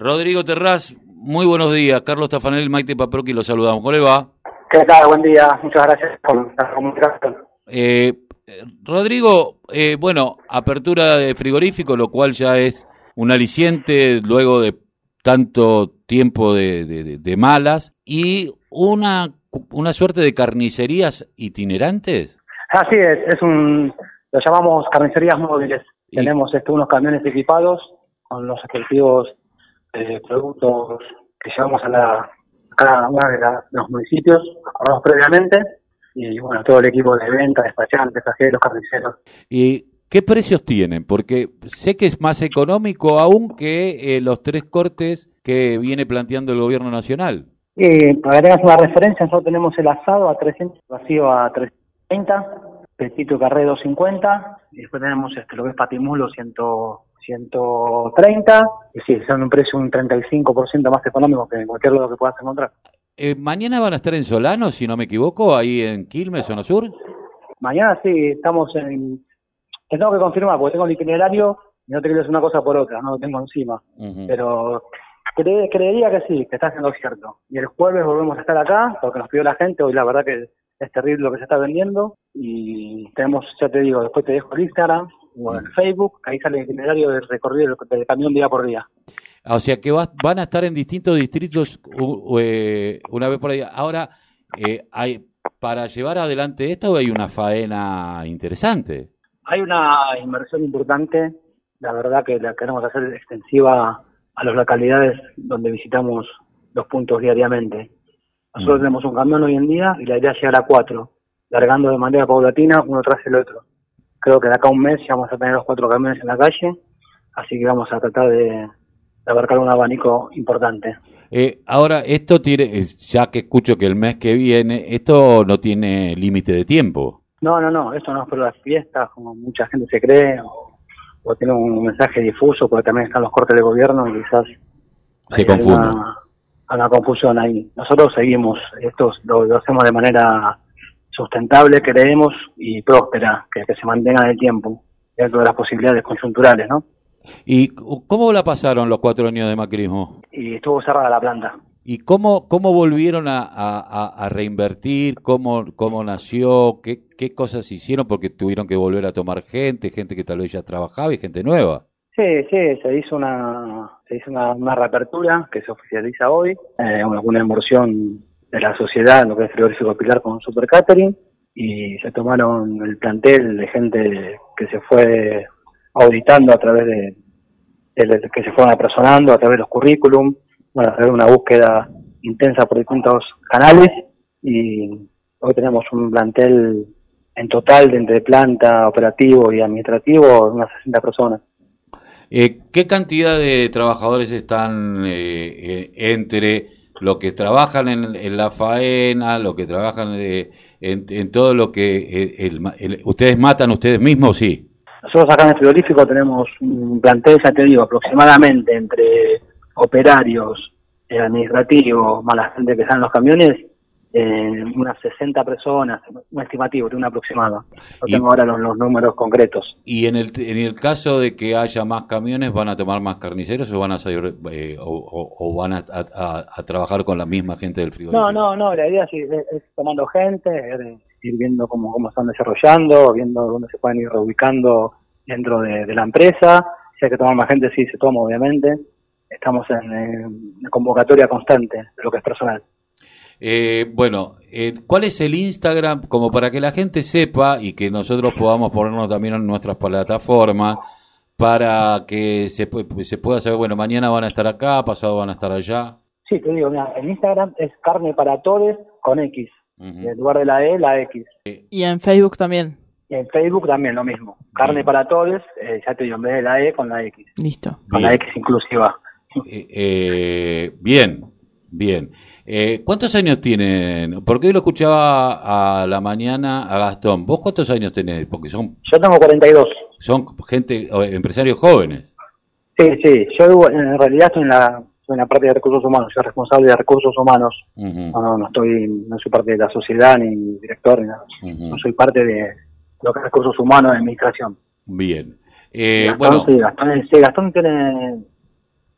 Rodrigo Terraz, muy buenos días. Carlos Tafanel, Maite Paproqui, lo saludamos. ¿Cómo le va? ¿Qué tal? Buen día. Muchas gracias por la comunicación. Rodrigo, bueno, apertura de frigorífico, lo cual ya es un aliciente luego de tanto tiempo de malas, y una suerte de carnicerías itinerantes. Así es lo llamamos carnicerías móviles. Tenemos unos camiones equipados con los respectivos productos que llevamos a cada uno de los municipios, acordados previamente, y bueno, todo el equipo de venta, despachantes, cajeros, carniceros. ¿Y qué precios tienen? Porque sé que es más económico aún que los 3 cortes que viene planteando el gobierno nacional. Para que tengas una referencia, nosotros tenemos el asado a 300, vacío a 330, petito carré 250, y después tenemos lo que es patimulo 130, y sí, son un precio un 35% más económico que en cualquier lado que puedas encontrar. ¿Mañana van a estar en Solano, si no me equivoco, ahí en Quilmes, zona sur? Mañana sí, estamos te tengo que confirmar, porque tengo el itinerario y no te quiero decir una cosa por otra, no lo tengo encima. Pero creería que sí, que está haciendo cierto. Y el jueves volvemos a estar acá, porque nos pidió la gente, hoy la verdad que es terrible lo que se está vendiendo, y tenemos, ya te digo, después te dejo el Instagram o el Facebook, ahí sale el itinerario del recorrido del camión día por día. O sea que van a estar en distintos distritos una vez por día. Ahora, ¿hay para llevar adelante esto hay una faena interesante? Hay una inversión importante, la verdad que la queremos hacer extensiva a las localidades donde visitamos los puntos diariamente. Nosotros tenemos un camión hoy en día y la idea es llegar a 4, largando de manera paulatina uno tras el otro. Creo que de acá a un mes ya vamos a tener los 4 camiones en la calle, así que vamos a tratar de abarcar un abanico importante. Ahora, esto tiene, ya que escucho que el mes que viene, esto no tiene límite de tiempo. No, esto no es por las fiestas, como mucha gente se cree, o tiene un mensaje difuso, porque también están los cortes de gobierno y quizás se confunde. Una confusión ahí. Nosotros seguimos, esto lo hacemos de manera sustentable, creemos, y próspera, que se mantenga en el tiempo, dentro de las posibilidades coyunturales, ¿no? ¿Y cómo la pasaron los 4 años de macrismo? Y estuvo cerrada la planta. ¿Y cómo volvieron a reinvertir? ¿Cómo nació? ¿Qué cosas hicieron? Porque tuvieron que volver a tomar gente que tal vez ya trabajaba y gente nueva. Sí, se hizo una reapertura que se oficializa hoy, una inversión de la sociedad en lo que es Frigorífico Pilar con Super Catering, y se tomaron el plantel de gente que se fue auditando a través de que se fueron apersonando a través de los currículum, bueno, a través de una búsqueda intensa por distintos canales, y hoy tenemos un plantel en total de entre planta, operativo y administrativo, unas 60 personas. ¿Qué cantidad de trabajadores están entre los que trabajan en la faena, los que trabajan en todo lo que ustedes matan ustedes mismos? Sí. Nosotros acá en el frigorífico tenemos un plantel, ya te digo, aproximadamente entre operarios, administrativos, más la gente que está en los camiones, unas 60 personas, un estimativo, de un aproximado. No tengo ahora los números concretos. ¿Y en el caso de que haya más camiones, van a tomar más carniceros o van a salir, o van a trabajar con la misma gente del frigorífico? No, la idea es tomando gente, ir viendo cómo están desarrollando, viendo dónde se pueden ir reubicando dentro de la empresa. Si hay que tomar más gente, sí, se toma, obviamente. Estamos en convocatoria constante de lo que es personal. ¿Cuál es el Instagram? Como para que la gente sepa y que nosotros podamos ponernos también en nuestras plataformas para que se pueda saber, bueno, mañana van a estar acá, pasado van a estar allá. Sí, te digo, mira, el Instagram es Carne para Todes con X. En lugar de la E, la X. Y en Facebook también. Y en Facebook también lo mismo. Carne para Todes, ya te digo, en vez de la E, con la X. Listo. Con la X inclusiva. Bien. ¿Cuántos años tienen? Porque hoy lo escuchaba a la mañana a Gastón. ¿Vos cuántos años tenés? Porque Yo tengo 42. Son empresarios jóvenes. Sí. Yo en realidad estoy en la parte de recursos humanos. Soy responsable de recursos humanos. No soy parte de la sociedad ni director ni nada. No soy parte de lo que es recursos humanos de administración. Bien. Gastón tiene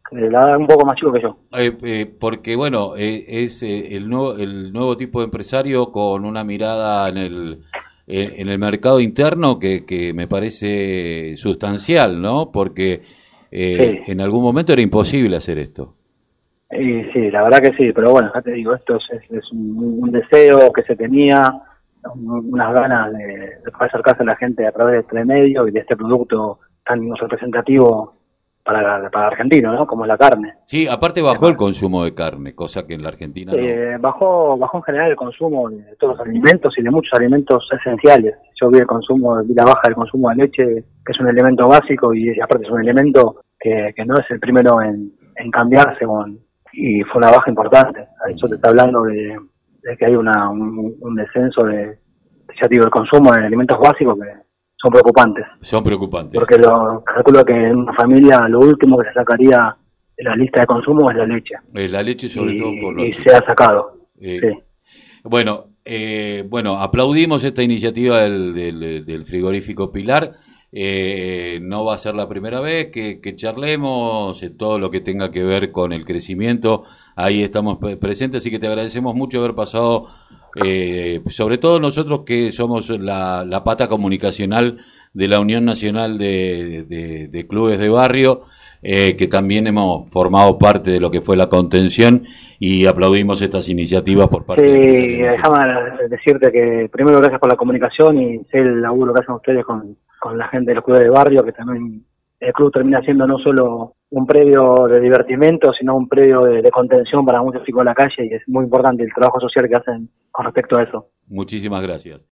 la verdad un poco más chico que yo. Porque bueno, es el nuevo tipo de empresario con una mirada en el mercado interno que me parece sustancial, ¿no? Porque Sí. en algún momento era imposible hacer esto. Y sí, la verdad que sí, pero bueno, ya te digo, esto es un deseo que se tenía, unas ganas de poder acercarse a la gente a través de este medio y de este producto tan representativo para argentino, ¿no? Como es la carne. Sí, aparte bajó el consumo de carne, cosa que en la Argentina no. Bajó en general el consumo de todos los alimentos y de muchos alimentos esenciales. Yo vi la baja del consumo de leche, que es un elemento básico y aparte es un elemento que no es el primero en cambiarse y fue una baja importante. Eso te está hablando de que hay un descenso ya digo, del consumo de alimentos básicos que son preocupantes. Son preocupantes. Porque calculo que en una familia lo último que se sacaría de la lista de consumo es la leche. La leche sobre todo por los y se ha sacado. Sí. Bueno, aplaudimos esta iniciativa del frigorífico Pilar. No va a ser la primera vez que charlemos todo lo que tenga que ver con el crecimiento. Ahí estamos presentes, así que te agradecemos mucho haber pasado, sobre todo nosotros que somos la pata comunicacional de la Unión Nacional de Clubes de Barrio, que también hemos formado parte de lo que fue la contención y aplaudimos estas iniciativas por parte de... Sí, déjame decirte que primero gracias por la comunicación y sé el laburo que hacen ustedes con la gente de los clubes de barrio, que también el club termina siendo no solo un predio de divertimento, sino un predio de contención para muchos chicos de la calle y es muy importante el trabajo social que hacen con respecto a eso. Muchísimas gracias.